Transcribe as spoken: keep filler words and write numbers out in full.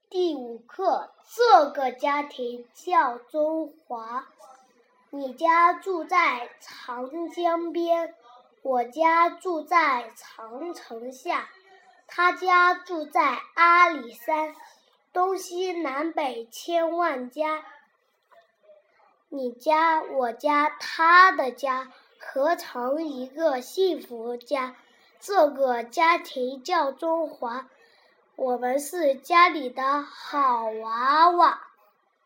第五课，这个家庭叫中华。你家住在长江边，我家住在长城下，他家住在阿里山，东西南北千万家。你家、我家、他的家，合成一个幸福家。这个家庭叫中华。我们是家里的好娃娃。